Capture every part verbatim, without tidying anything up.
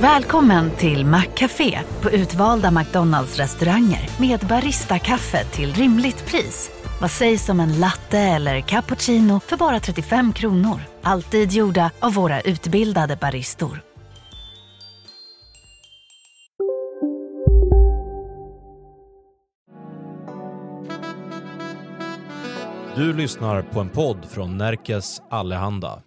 Välkommen till Maccafé på utvalda McDonalds-restauranger med Barista-kaffe till rimligt pris. Vad sägs om en latte eller cappuccino för bara trettiofem kronor? Alltid gjorda av våra utbildade baristor. Du lyssnar på en podd från Närkes Allehanda.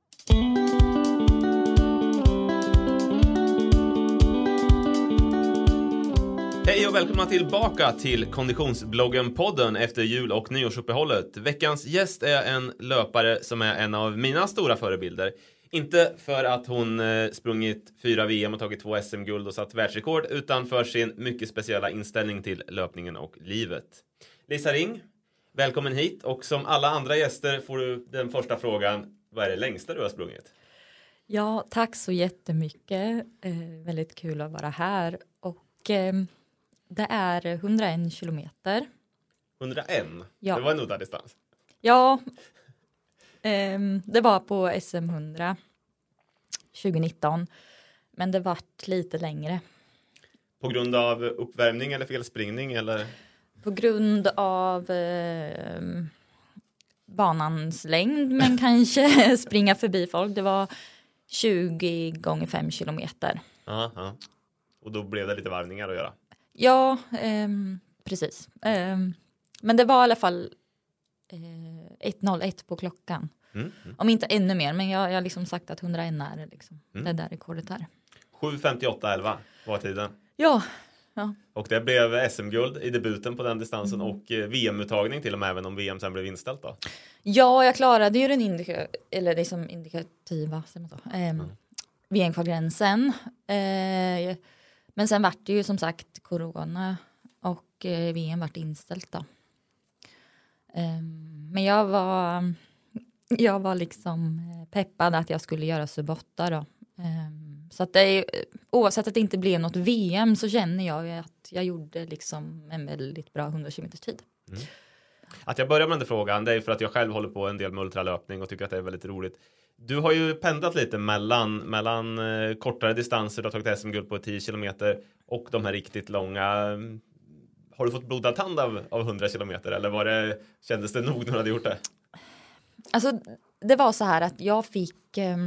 Hej och välkomna tillbaka till Konditionsbloggen-podden efter jul- och nyårsuppehållet. Veckans gäst är en löpare som är en av mina stora förebilder. Inte för att hon sprungit fyra V M och tagit två S M-guld och satt världsrekord, utan för sin mycket speciella inställning till löpningen och livet. Lisa Ring, välkommen hit, och som alla andra gäster får du den första frågan: vad är det längsta du har sprungit? Ja, tack så jättemycket. Eh, väldigt kul att vara här. Och eh, det är hundraen kilometer. hundraen? Ja. Det var en udda distans. Ja, eh, det var på S M hundra tjugonitton. Men det vart lite längre. På grund av uppvärmning eller felspringning eller? På grund av eh, banans längd, men kanske springa förbi folk. Det var tjugo gånger fem kilometer. Aha. Och då blev det lite varvningar att göra. Ja, eh, precis. Eh, men det var i alla fall eh, ett noll ett på klockan. Mm, mm. Om inte ännu mer, men jag har liksom sagt att hundraen är liksom, mm. det där rekordet här. sju femtioåtta elva var tiden. Ja. Ja. Och det blev S M-guld i debuten på den distansen, mm. och eh, V M-uttagning till och med, även om V M sen blev inställt då. Ja, jag klarade ju den indika- eller det som indikativa eh, mm. V M-kvalgränsen. Eh, men sen vart det ju som sagt corona och eh, V M vart inställt då. Eh, men jag var jag var liksom peppad att jag skulle göra sub åtta då. Eh, Så att det är, oavsett att det inte blev något V M, så känner jag att jag gjorde liksom en väldigt bra hundra kilometer tid. Mm. Att jag börjar med den frågan, det är för att jag själv håller på en del med ultralöpning och tycker att det är väldigt roligt. Du har ju pendlat lite mellan, mellan eh, kortare distanser, du har tagit S M-guld på tio kilometer, och de här riktigt långa. Har du fått blodad tand av, av hundra kilometer, eller var det, kändes det nog när du hade gjort det? Alltså, det var så här att jag fick... Eh,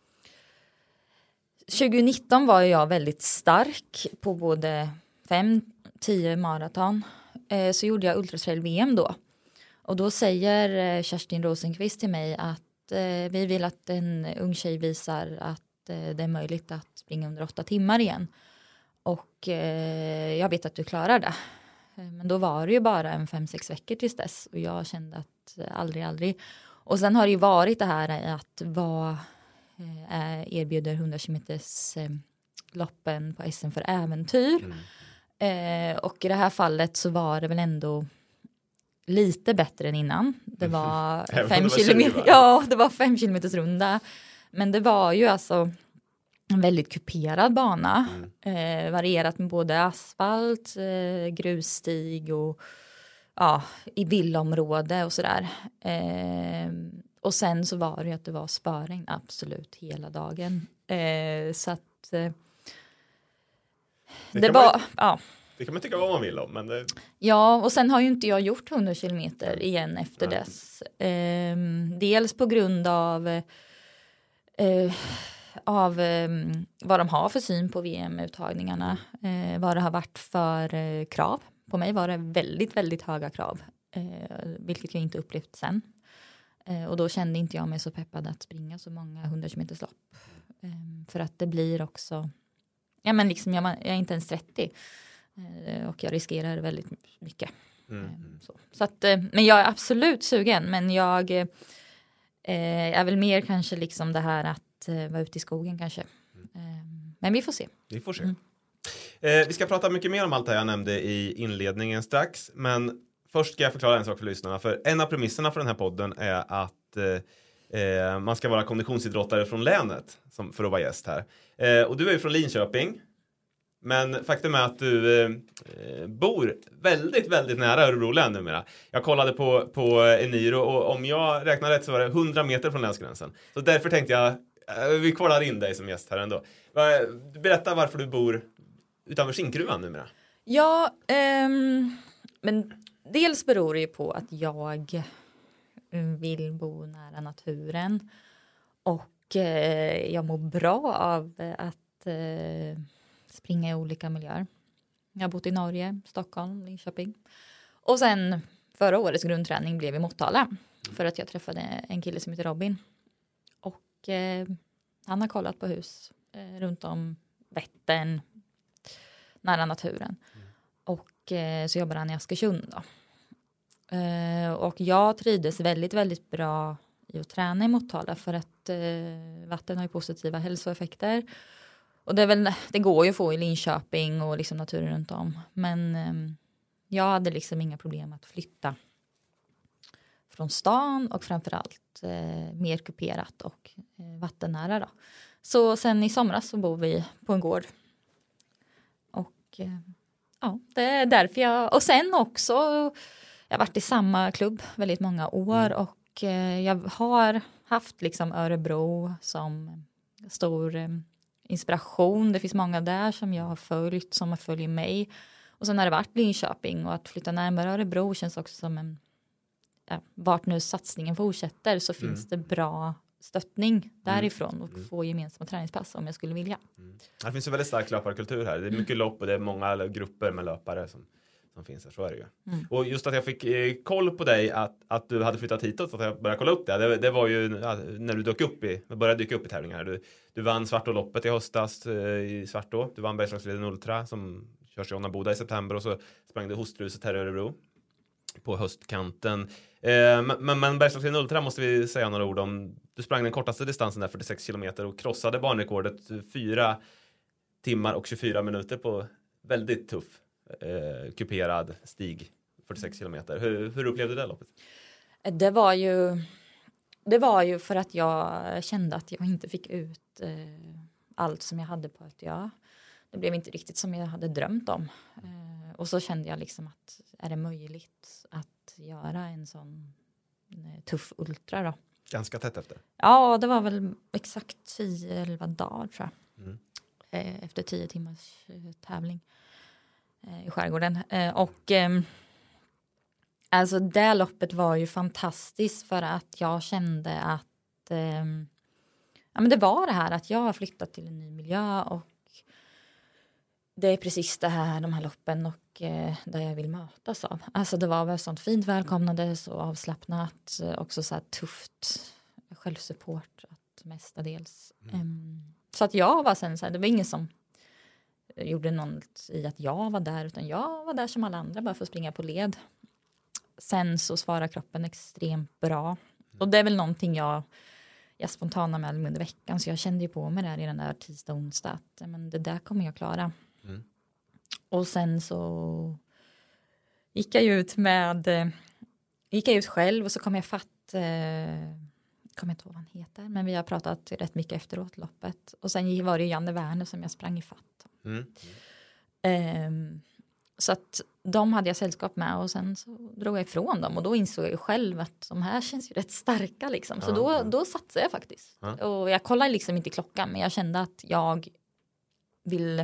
tjugonitton var jag väldigt stark på både fem tio maraton. Eh, så gjorde jag ultratrail V M då. Och då säger eh, Kerstin Rosenqvist till mig att eh, vi vill att en ung tjej visar att eh, det är möjligt att springa under åtta timmar igen. Och eh, jag vet att du klarar det. Eh, men då var det ju bara en fem sex veckor tills dess. Och jag kände att eh, aldrig, aldrig. Och sen har det ju varit det här att vara... Eh, erbjuder hundra kilometers eh, loppen på S M för äventyr. Mm. Eh, och i det här fallet så var det väl ändå lite bättre än innan. Det var fem kilometer. Ja, det var fem kilometers runda. Men det var ju alltså en väldigt kuperad bana. Mm. Eh, varierat med både asfalt, eh, grusstig och ja, i villaområde och sådär. Eh, Och sen så var det ju att det var spöregn absolut hela dagen. Eh, så att... Eh, det, det var... Man, ja. Det kan man tycka vad man vill om. Men det... Ja, och sen har ju inte jag gjort hundra kilometer igen efter ja. dess. Eh, dels på grund av... Eh, av eh, vad de har för syn på V M-uttagningarna. Eh, vad det har varit för eh, krav. På mig var det väldigt, väldigt höga krav. Eh, vilket jag inte upplevt sen. Och då kände inte jag mig så peppad att springa så många hundra kilometers lopp. Um, för att det blir också... Ja, men liksom jag, jag är inte ens trettio. Uh, och jag riskerar väldigt mycket. Mm. Um, så. Så att, uh, men jag är absolut sugen. Men jag uh, är väl mer kanske liksom det här att uh, vara ute i skogen kanske. Um, men vi får se. Vi får se. Mm. Uh, vi ska prata mycket mer om allt det jag nämnde i inledningen strax. Men... Först ska jag förklara en sak för lyssnarna. För en av premisserna för den här podden är att eh, man ska vara konditionsidrottare från länet som, för att vara gäst här. Eh, och du är ju från Linköping. Men faktum är att du eh, bor väldigt, väldigt nära Örebro län numera. Jag kollade på, på Eniro och om jag räknar rätt så var det hundra meter från länsgränsen. Så därför tänkte jag vi kvalar in dig som gäst här ändå. Berätta varför du bor utanför Zinkgruvan numera. Ja, um, men dels beror det ju på att jag vill bo nära naturen. Och eh, jag mår bra av att eh, springa i olika miljöer. Jag har bott i Norge, Stockholm, Linköping. Och sen förra årets grundträning blev i Motala. För att jag träffade en kille som heter Robin. Och eh, han har kollat på hus eh, runt om Vättern, nära naturen. Mm. Och eh, så jobbar han i Askersund då. Eh, och jag trivdes väldigt, väldigt bra i att träna i Motala för att eh, vatten har ju positiva hälsoeffekter. Och det, är väl, det går ju att få i Linköping och liksom naturen runt om. Men eh, jag hade liksom inga problem att flytta från stan och framförallt eh, mer kuperat och eh, vattennära då. Så sen i somras så bor vi på en gård. Och eh, ja, det är därför jag... Och sen också, jag har varit i samma klubb väldigt många år mm. och eh, jag har haft liksom Örebro som stor eh, inspiration. Det finns många där som jag har följt, som har följt mig. Och sen har det varit Linköping och att flytta närmare Örebro känns också som en... Ja, vart nu satsningen fortsätter så mm. finns det bra stöttning därifrån och mm. få gemensamma träningspass om jag skulle vilja. Mm. Det finns ju väldigt stark löparkultur här. Det är mycket lopp och det är många grupper med löpare som, som finns här. Så är det ju. Mm. Och just att jag fick eh, koll på dig att, att du hade flyttat hitåt så att jag började kolla upp det. Det, det var ju ja, när du dök upp i, började dyka upp i tävlingar. Du, du vann Svartåloppet i höstas eh, i Svartå. Du vann Bergslagsriden Ultra som körs i Annaboda i september och så sprang du Hostruset här i Örebro på höstkanten. Eh, men, men Bergslagsriden Ultra måste vi säga några ord om. Du sprang den kortaste distansen där, fyrtiosex kilometer, och krossade banrekordet fyra timmar och tjugofyra minuter på väldigt tuff eh, kuperad stig, fyrtiosex kilometer. Hur, hur upplevde du det loppet? Det var ju det var ju för att jag kände att jag inte fick ut eh, allt som jag hade på ett ja. Det blev inte riktigt som jag hade drömt om. Eh, och så kände jag liksom att är det möjligt att göra en sån eh, tuff ultra då? Ganska tätt efter. Ja, det var väl exakt tio elva dagar tror jag. Mm. Eh, efter tio timmars eh, tävling eh, i skärgården. Eh, och eh, alltså det loppet var ju fantastiskt för att jag kände att eh, ja, men det var det här att jag har flyttat till en ny miljö och det är precis det här, de här loppen och eh, där jag vill mötas av. Alltså det var väl sånt fint välkomnande, så avslappnat, också så här tufft självsupport att mestadels. Mm. Um, så att jag var sen så här, det var ingen som gjorde något i att jag var där, utan jag var där som alla andra bara för att springa på led. Sen så svarar kroppen extremt bra. Mm. Och det är väl någonting jag, jag spontana med under veckan, så jag kände ju på mig där i den där tisdag och onsdag att men det där kommer jag klara. Mm. Och sen så gick jag ut med gick jag ut själv och så kom jag fatt eh, kommer inte ihåg vad han heter, men vi har pratat rätt mycket efteråt loppet, och sen var det Janne Werner som jag sprang i fatt. Mm. Mm. Eh, så att de hade jag sällskap med, och sen så drog jag ifrån dem, och då insåg jag ju själv att de här känns ju rätt starka liksom. Så ja, då, ja. då satsade jag faktiskt. Ja. Och jag kollade liksom inte klockan, men jag kände att jag vill...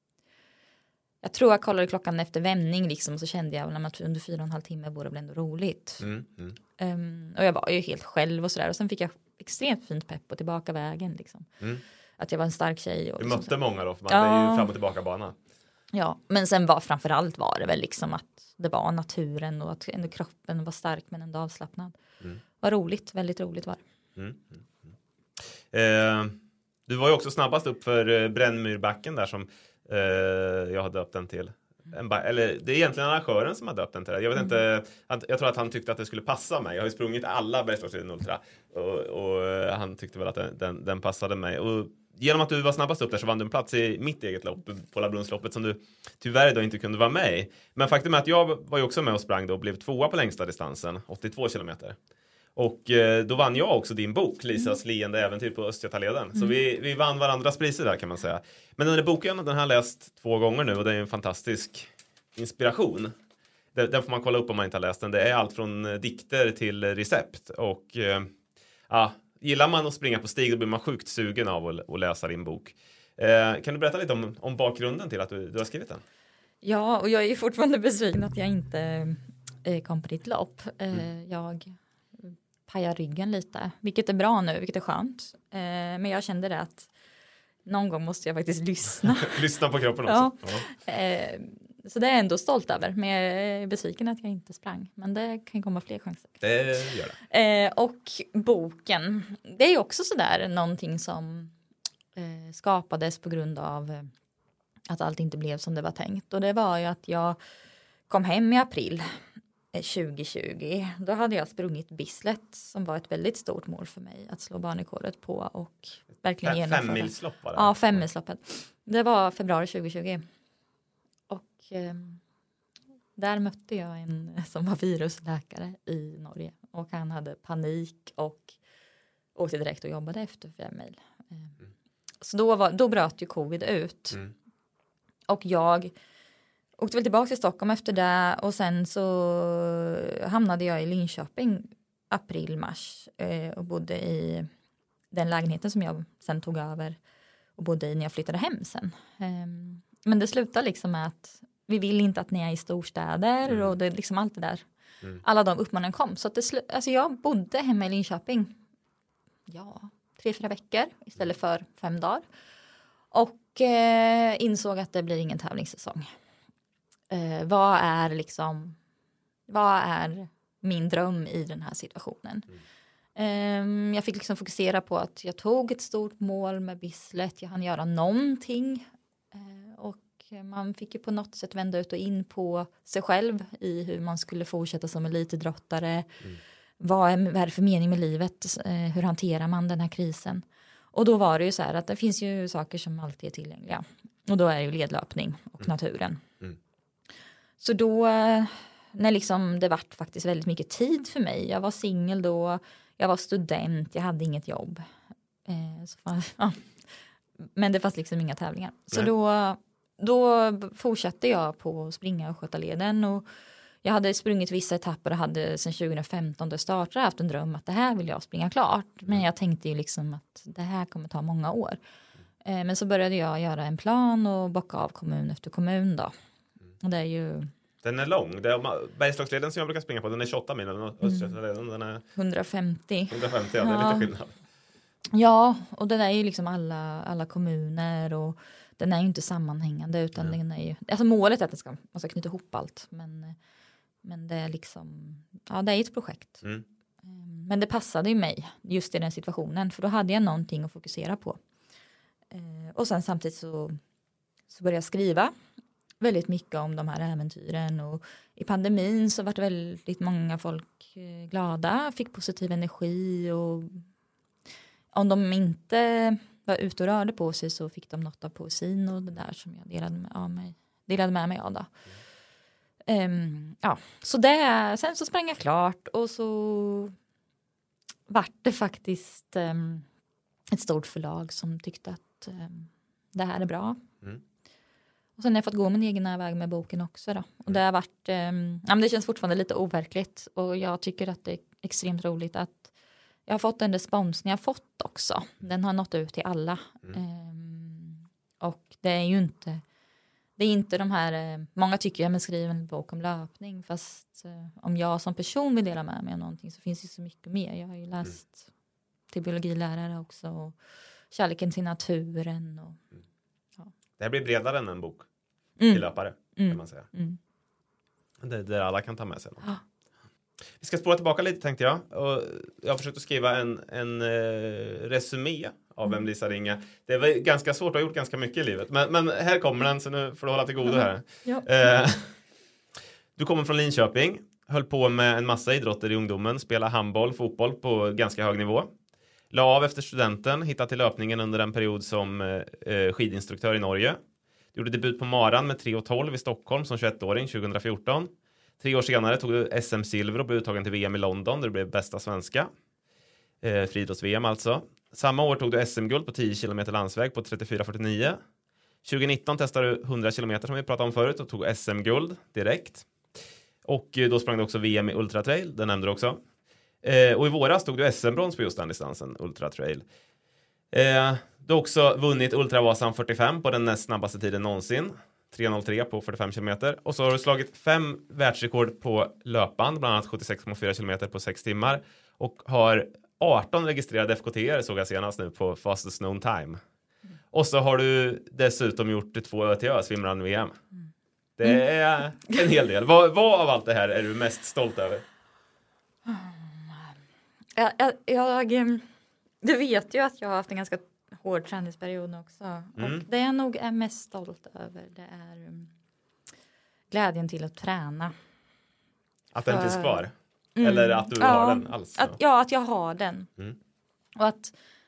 Jag tror jag kollade klockan efter vändning liksom, så kände jag att under fyra och en halv timme vore det ändå roligt. Mm, mm. Um, och jag var ju helt själv och sådär. Och sen fick jag extremt fint pepp på tillbaka vägen liksom. Mm. Att jag var en stark tjej. Och du liksom, mötte så. många då, för man ja. är ju fram och tillbaka bana. Ja, men sen var framförallt var det väl liksom att det var naturen och att ändå kroppen var stark men ändå avslappnad. Mm. Var roligt, väldigt roligt var det. Mm, mm, mm. Eh, du var ju också snabbast upp för Brännmyrbacken där som Uh, jag har döpt den till en ba- eller det är egentligen arrangören som har döpt den till det. Jag vet mm. inte, han, jag tror att han tyckte att det skulle passa mig. Jag har ju sprungit alla Bergslagsriden Ultra och, och uh, han tyckte väl att den, den, den passade mig, och genom att du var snabbast upp där så vann du en plats i mitt eget lopp på Labrunnsloppet som du tyvärr då inte kunde vara med i. Men faktum är att jag var ju också med och sprang då och blev tvåa på längsta distansen, åttiotvå kilometer. Och eh, då vann jag också din bok, Lisas mm. leende äventyr på Östgötaleden. Mm. Så vi, vi vann varandras priser där kan man säga. Men den här boken, den har jag läst två gånger nu och det är en fantastisk inspiration. Den, den får man kolla upp om man inte har läst den. Det är allt från dikter till recept. Och eh, ja, gillar man att springa på stig, då blir man sjukt sugen av att, att läsa din bok. Eh, kan du berätta lite om, om bakgrunden till att du, du har skrivit den? Ja, och jag är fortfarande besviken att jag inte eh, kom på ditt lopp. Eh, mm. Jag pajar ryggen lite, vilket är bra nu, vilket är skönt. Eh, men jag kände det att någon gång måste jag faktiskt lyssna. Lyssna på kroppen också. Ja. Ja. Eh, så det är jag ändå stolt över. Men jag är besviken att jag inte sprang. Men det kan komma fler chanser. Det gör det. Eh, och boken. Det är också sådär någonting som eh, skapades på grund av eh, att allt inte blev som det var tänkt. Och det var ju att jag kom hem i april tjugo tjugo. Då hade jag sprungit Bislett som var ett väldigt stort mål för mig att slå barnrekordet på och verkligen genomföra. Femmilslopp var det? Ja, femmilsloppet. Det var februari tjugo tjugo. Och eh, där mötte jag en som var virusläkare i Norge. Och han hade panik och åkte direkt och jobbade efter fem mil. Eh, mm. Så då, var, då bröt ju covid ut. Mm. Och jag åkte väl tillbaka till Stockholm efter det. Och sen så hamnade jag i Linköping april, mars. Eh, och bodde i den lägenheten som jag sen tog över. Och bodde i när jag flyttade hem sen. Eh, men det slutade liksom med att vi vill inte att ni är i storstäder. Mm. Och det liksom allt det där. Mm. Alla de uppmaningen kom. Så att det slu- alltså jag bodde hemma i Linköping. Ja, tre, fyra veckor istället för fem dagar. Och eh, insåg att det blir ingen tävlingssäsong. Eh, vad är liksom, vad är min dröm i den här situationen? Mm. Eh, jag fick liksom fokusera på att jag tog ett stort mål med Bislett. Jag hann göra någonting. Eh, och man fick ju på något sätt vända ut och in på sig själv i hur man skulle fortsätta som elitidrottare. Mm. Vad är, vad är det för mening med livet? Eh, hur hanterar man den här krisen? Och då var det ju så här att det finns ju saker som alltid är tillgängliga. Och då är det ju ledlöpning och mm. naturen. Mm. Så då, när liksom det vart faktiskt väldigt mycket tid för mig. Jag var singel då, jag var student, jag hade inget jobb. Eh, så fan, ja. Men det fanns liksom inga tävlingar. Så då, då fortsatte jag på att springa och sköta leden. Och jag hade sprungit vissa etapper och hade sedan tjugo femton då startade haft en dröm att det här vill jag springa klart. Men jag tänkte ju liksom att det här kommer ta många år. Eh, men så började jag göra en plan och bocka av kommun efter kommun då. Och det är ju... Den är lång. Det är Bergslagsleden som jag brukar springa på. Den är tjugoåtta mil. Mm. Den är hundrafemtio. hundrafemtio, ja, det är lite skillnad. Ja, och den är ju liksom alla, alla kommuner och den är ju inte sammanhängande utan mm. den är ju... Alltså målet är att det ska, man ska knyta ihop allt. Men, men det är liksom... Ja, det är ett projekt. Mm. Men det passade ju mig just i den situationen. För då hade jag någonting att fokusera på. Och sen samtidigt så, så började jag skriva väldigt mycket om de här äventyren. Och i pandemin så var det väldigt många folk glada. Fick positiv energi. Och om de inte var ute och rörde på sig så fick de något av poesin och det där som jag delade med, av mig, delade med mig av då. Um, ja, så det, sen så sprang jag klart och så vart det faktiskt um, ett stort förlag som tyckte att um, det här är bra. Mm. Och sen har jag fått gå min egen väg med boken också då. Och det har varit, um, ja, men det känns fortfarande lite overkligt och jag tycker att det är extremt roligt att jag har fått den respons ni har fått också. Den har nått ut till alla. Mm. Um, och det är ju inte Det är inte de här, många tycker jag men skriver en bok om löpning. Fast eh, om jag som person vill dela med mig av någonting så finns det så mycket mer. Jag har ju läst mm. till biologilärare också. Och kärleken till naturen. Och, mm. ja. Det här blir bredare än en bok mm. till löpare mm. kan man säga. Mm. Det är där alla kan ta med sig något. Ah. Vi ska spåra tillbaka lite tänkte jag. Och jag har försökt att skriva en, en eh, resumé av vem Lisa Ringe. Det var ganska svårt, att ha gjort ganska mycket i livet. Men, men här kommer den, så nu får du hålla till godo här. Ja. Eh, du kommer från Linköping. Höll på med en massa idrotter i ungdomen. Spela handboll, fotboll på ganska hög nivå. La av efter studenten. Hittade till löpningen under en period som eh, skidinstruktör i Norge. Du gjorde debut på maran med tre tolv i Stockholm som tjugoettåring tjugohundrafjorton. Tre år senare tog du S M-silver och blev uttagen till V M i London där du blev bästa svenska. Eh, friidrotts-V M alltså. Samma år tog du S M-guld på tio kilometer landsväg på trettiofyra fyrtionio. tjugonitton testade du hundra kilometer som vi pratade om förut och tog S M-guld direkt. Och då sprang du också V M i ultratrail, det nämnde du också. Eh, och i våras tog du S M-brons på just den distansen, Ultra Trail. Eh, du har också vunnit Ultravasan fyrtiofem på den näst snabbaste tiden någonsin. tre noll tre på fyrtiofem kilometer. Och så har du slagit fem världsrekord på löpband, bland annat sjuttiosex komma fyra kilometer på sex timmar. Och har arton registrerade F K T-er, såg jag senast nu, på fastest known time. Mm. Och så har du dessutom gjort två Ö T Ö, swimrun-V M. Mm. Det är en hel del. Vad, vad av allt det här är du mest stolt över? Jag, jag, jag, du vet ju att jag har haft en ganska hård träningsperiod också. Mm. Och det jag nog är mest stolt över, det är um, glädjen till att träna. Att den finns kvar? Mm. Eller att du ja, har den alls? Att, ja, att jag har den. Mm. Och att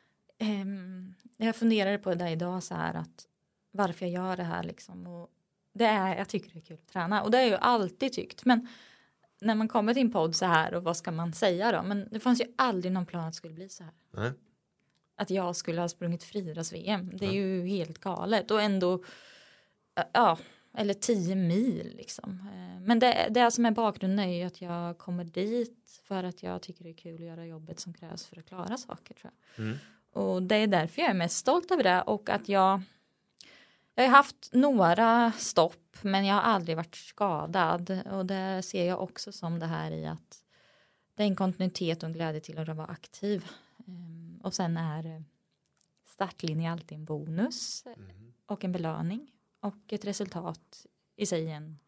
um, jag funderade på det idag så här, att varför jag gör det här liksom. Och det är, jag tycker det är kul att träna. Och det har jag ju alltid tyckt. Men när man kommer till en podd så här, och vad ska man säga då? Men det fanns ju aldrig någon plan att det skulle bli så här. Nej. Att jag skulle ha sprungit friidrotts-V M. Det är ja. ju helt galet. Och ändå, ja, eller tio mil liksom. Men det, det som är bakgrunden är ju att jag kommer dit för att jag tycker det är kul att göra jobbet som krävs för att klara saker, tror jag. Mm. Och det är därför jag är mest stolt över det. Och att jag, jag har haft några stopp, men jag har aldrig varit skadad. Och det ser jag också som det här i att det är en kontinuitet och en glädje till att vara aktiv. Och sen är startlinje alltid en bonus mm. och en belöning. Och ett resultat i sig en,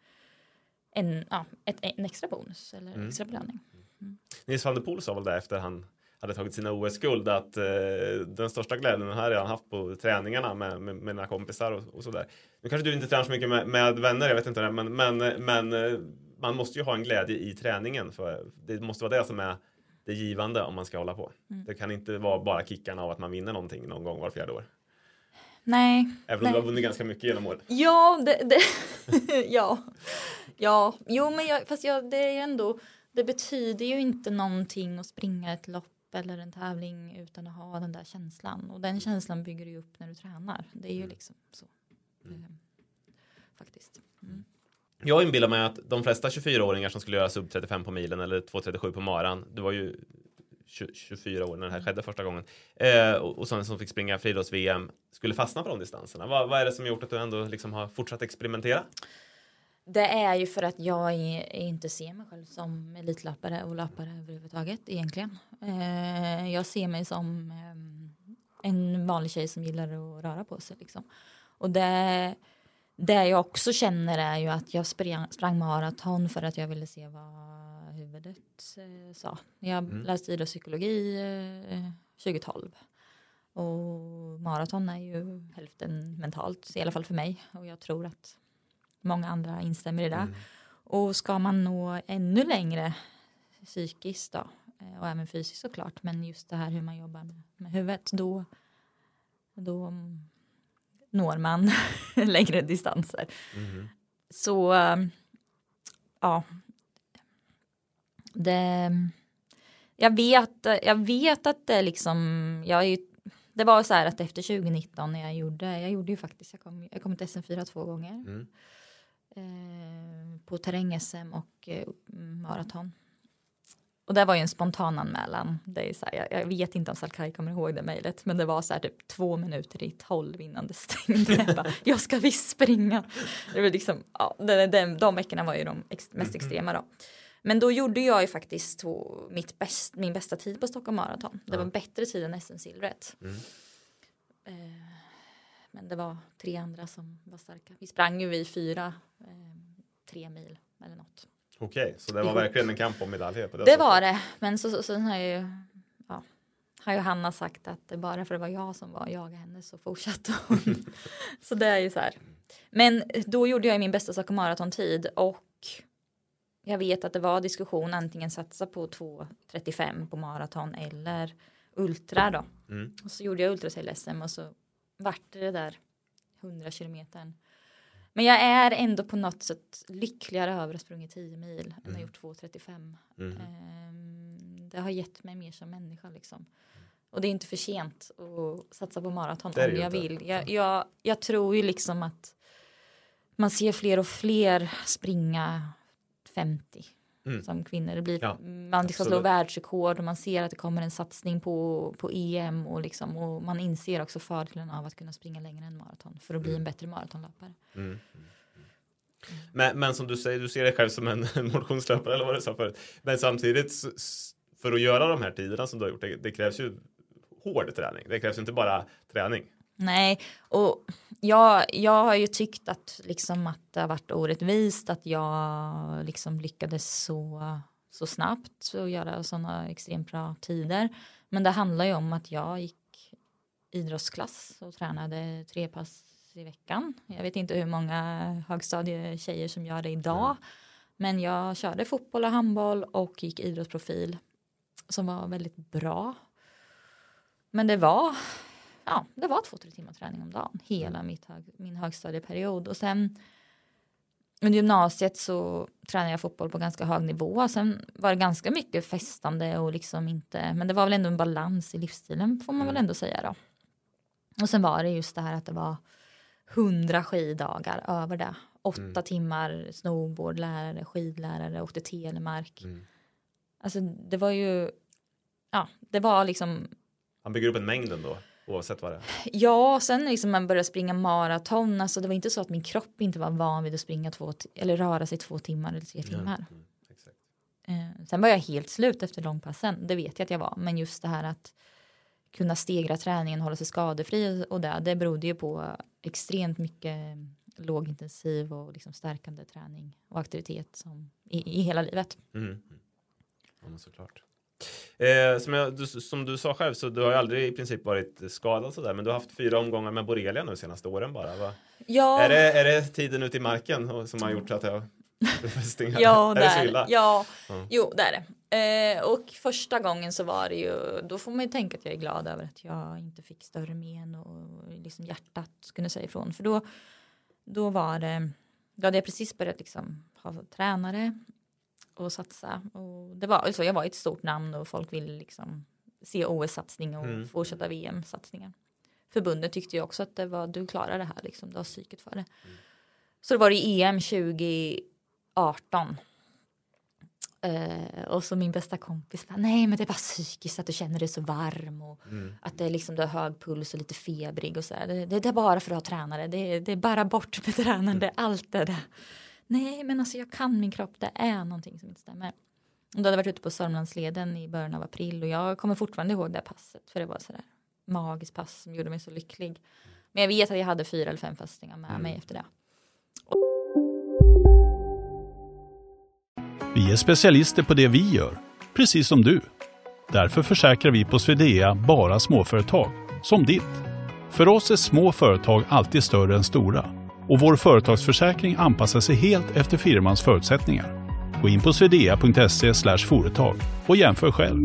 en, ja, ett, en extra bonus eller mm. extra belöning. Mm. Nils van der Poel sa väl där efter han hade tagit sina O S-guld att eh, den största glädjen här har han haft på träningarna med, med, med mina kompisar och, och sådär. Nu kanske du inte tränar så mycket med, med vänner, jag vet inte det, men, men, men man måste ju ha en glädje i träningen, för det måste vara det som är det givande om man ska hålla på. Mm. Det kan inte vara bara kickarna av att man vinner någonting någon gång var fjärde år. Nej. Även om du har vunnit ganska mycket genom året. Ja, det, det ja. Ja, jo men jag, fast jag, det är ju ändå, det betyder ju inte någonting att springa ett lopp eller en tävling utan att ha den där känslan. Och den känslan bygger du upp när du tränar. Det är ju liksom så. Mm. Faktiskt. Mm. Jag inbillar mig att de flesta tjugofyra-åringar som skulle göra sub trettiofem på milen eller två trettiosju på maran, det var ju tjugofyra år när det här skedde första gången, eh, och, och sådana som fick springa friidrotts-V M skulle fastna på de distanserna. Vad, vad är det som gjort att du ändå liksom har fortsatt experimentera? Det är ju för att jag är, inte ser mig själv som elitlöpare och löpare överhuvudtaget egentligen. Eh, jag ser mig som eh, en vanlig tjej som gillar att röra på sig liksom. Och det, det jag också känner är ju att jag sprang, sprang maraton för att jag ville se vad huvudet eh, sa. Jag mm. läste idrottspsykologi eh, tjugohundratolv. Och maraton är ju hälften mentalt, i alla fall för mig. Och jag tror att många andra instämmer i det. Mm. Och ska man nå ännu längre psykiskt då, och även fysiskt såklart, men just det här hur man jobbar med, med huvudet, då, då når man längre distanser. Mm. Så ja, det, jag vet, jag vet att det liksom, jag är ju, det var så här att efter tjugonitton när jag gjorde, jag gjorde ju faktiskt, jag kom, jag kom till S M fyra två gånger. Mm. Eh, på terräng-S M och eh, maraton. Och det var ju en spontan anmälan. Det är så här, jag, jag vet inte om Salkai kommer ihåg det mejlet, men det var så här typ två minuter i tolv innan det stängde. Jag, bara, jag ska visst springa. Det var liksom, ja, de, de, de veckorna var ju de ex, mest extrema då. Men då gjorde jag ju faktiskt två, mitt bäst, min bästa tid på Stockholm Marathon. Det var en bättre tid än S M-silvret. Mm. Eh, men det var tre andra som var starka. Vi sprang ju vi fyra, eh, tre mil eller något. Okej, okay, så det var verkligen en kamp om medaljer på det Det sättet. var det, men så, så, så har ju, ja, har ju Hanna sagt att det bara för det var jag som var jaga henne så fortsatte hon. Så det är ju så här. Men då gjorde jag min bästa Stockholm Marathon-tid och jag vet att det var diskussion antingen satsa på två trettiofem på maraton eller ultra då. Mm. Och så gjorde jag ultratrail S M och så vart det där hundra kilometer. Men jag är ändå på något sätt lyckligare över att sprungit tio mil mm. än att gjort två trettiofem. Mm. Um, det har gett mig mer som människa liksom. Och det är inte för sent att satsa på maraton om jag vill. Jag, jag, jag tror ju liksom att man ser fler och fler springa femtio mm. som kvinnor. Det blir, ja, man ska slå världsrekord och man ser att det kommer en satsning på, på E M och, liksom, och man inser också fördelen av att kunna springa längre än maraton för att bli mm. en bättre maratonlöpare. Mm. Mm. Mm. Men, men som du säger, du ser dig själv som en, en motionslöpare eller vad du sa förut. Men samtidigt för att göra de här tiderna som du har gjort, det, det krävs ju hård träning. Det krävs inte bara träning. Nej, och jag, jag har ju tyckt att, liksom, att det har varit orättvist att jag liksom lyckades så, så snabbt och göra sådana extremt bra tider. Men det handlar ju om att jag gick idrottsklass och tränade tre pass i veckan. Jag vet inte hur många högstadietjejer som gör det idag. Mm. Men jag körde fotboll och handboll och gick idrottsprofil som var väldigt bra. Men det var... Ja, det var två, tre timmar träning om dagen. Hela mitt hög, min högstadieperiod. Och sen under gymnasiet så tränade jag fotboll på ganska hög nivå. Sen var det ganska mycket festande och liksom inte... Men det var väl ändå en balans i livsstilen, får man väl ändå säga då. Och sen var det just det här att det var hundra skiddagar över det. Åtta mm. timmar snowboardlärare, skidlärare, åkte telemark. Mm. Alltså det var ju... Ja, det var liksom... Han bygger upp en mängd ändå. Oavsett vad det är. Ja, sen liksom man började springa maraton. Alltså det var inte så att min kropp inte var van vid att springa två t- eller röra sig två timmar eller tre timmar. Mm, mm, exakt. Eh, sen var jag helt slut efter långpassen. Det vet jag att jag var. Men just det här att kunna stegra träningen, hålla sig skadefri och det. Det berodde ju på extremt mycket lågintensiv och liksom stärkande träning och aktivitet som i, i hela livet. Mm. Ja, men såklart. Eh, som, jag, du, som du sa själv så du har ju aldrig i princip varit skadad sådär, men du har haft fyra omgångar med borrelia nu de senaste åren bara, va? Ja. Är det, är det tiden ute i marken som har gjort att jag befästingar? Ja, är det det är så ja. Mm. Jo, det är det. Eh, och första gången så var det ju, då får man ju tänka att jag är glad över att jag inte fick större men och liksom hjärtat kunde säga ifrån. För då, då var det, då hade jag precis börjat liksom ha tränare och satsa. Och det var, alltså jag var ett stort namn och folk ville liksom se O S-satsning och mm. fortsätta V M-satsningen. Förbundet tyckte ju också att det var, du klarar det här liksom, du har psyket för det. Mm. Så det var det E M tjugo arton. Uh, och så min bästa kompis bara, nej men det är bara psykiskt att du känner dig så varm och mm. att det är liksom, du har hög puls och lite febrig och så där. Det, det, det är bara för att ha tränare, det, det är bara bort med tränaren, det är allt det där. Nej, men alltså jag kan min kropp. Det är någonting som inte stämmer. Och då hade jag varit ute på Sörmlandsleden i början av april. Och jag kommer fortfarande ihåg det passet. För det var sådär magiskt pass som gjorde mig så lycklig. Men jag vet att jag hade fyra eller fem fastningar med mm. mig efter det. Och... Vi är specialister på det vi gör. Precis som du. Därför försäkrar vi på Swedea bara småföretag. Som ditt. För oss är små företag alltid större än stora. Och vår företagsförsäkring anpassar sig helt efter firmans förutsättningar. Gå in på swedea punkt se slash företag och jämför själv.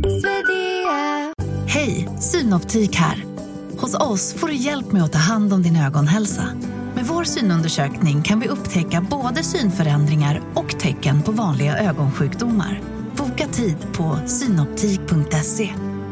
Hej, Synoptik här. Hos oss får du hjälp med att ta hand om din ögonhälsa. Med vår synundersökning kan vi upptäcka både synförändringar och tecken på vanliga ögonsjukdomar. Boka tid på synoptik punkt se.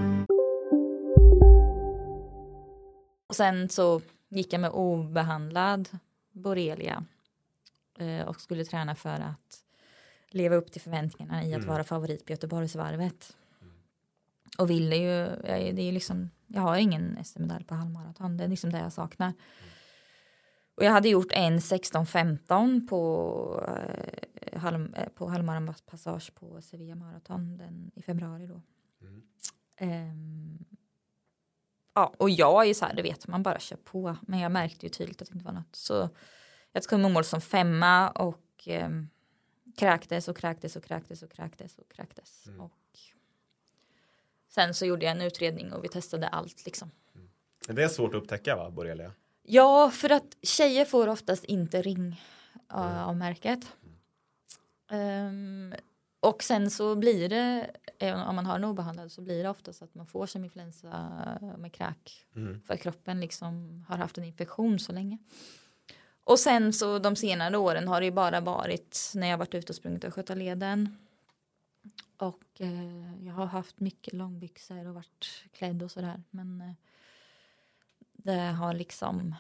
Och sen så gick jag med obehandlad borrelia eh, och skulle träna för att leva upp till förväntningarna i att mm. vara favorit på Göteborgsvarvet. Mm. Och ville ju, jag, det är liksom, jag har ingen S M-medalj på halvmaraton, det är liksom det jag saknar. Mm. Och jag hade gjort en sexton femton på, eh, halv, eh, på halvmaratonpassage på Sevilla maraton den, i februari då. Mm. Um, Ja, och jag är ju så här, det vet man bara kör på. Men jag märkte ju tydligt att det inte var något. Så jag kom i mål som femma och eh, kräktes och kräktes och kräktes och kräktes och kräktes. Mm. Och sen så gjorde jag en utredning och vi testade allt liksom. Mm. Det är svårt att upptäcka, va, borrelia? Ja, för att tjejer får oftast inte ring uh, mm. av märket. Mm. Um, Och sen så blir det, om man har en obehandlad så blir det ofta så att man får som influensa med kräk. Mm. För att kroppen liksom har haft en infektion så länge. Och sen så de senare åren har det ju bara varit när jag varit ute och sprungit och sköta leden. Och eh, jag har haft mycket långbyxor och varit klädd och sådär. Men eh, det har liksom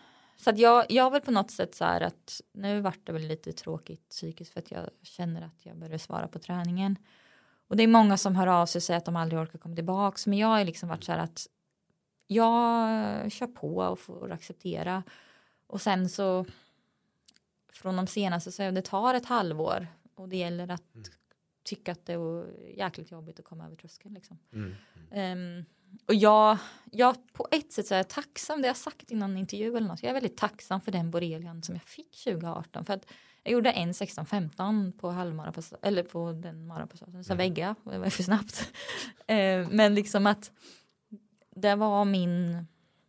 Så att jag, jag väl på något sätt så här att nu vart det väl lite tråkigt psykiskt för att jag känner att jag börjar svara på träningen. Och det är många som hör av sig och säger att de aldrig orkar komma tillbaka. Men jag har liksom varit så här att jag kör på och får acceptera. Och sen så från de senaste så det tar ett halvår. Och det gäller att mm. tycka att det är jäkligt jobbigt att komma över tröskeln. Liksom. Mm. Mm. Um, och jag, jag på ett sätt så är jag tacksam, det jag sagt innan en intervju eller något. Jag är väldigt tacksam för den borrelian som jag fick tjugo arton. För att jag gjorde en sexton femton på halvmarapass eller på den marapassagen. Så vägga, det var för snabbt. uh, men liksom att det var min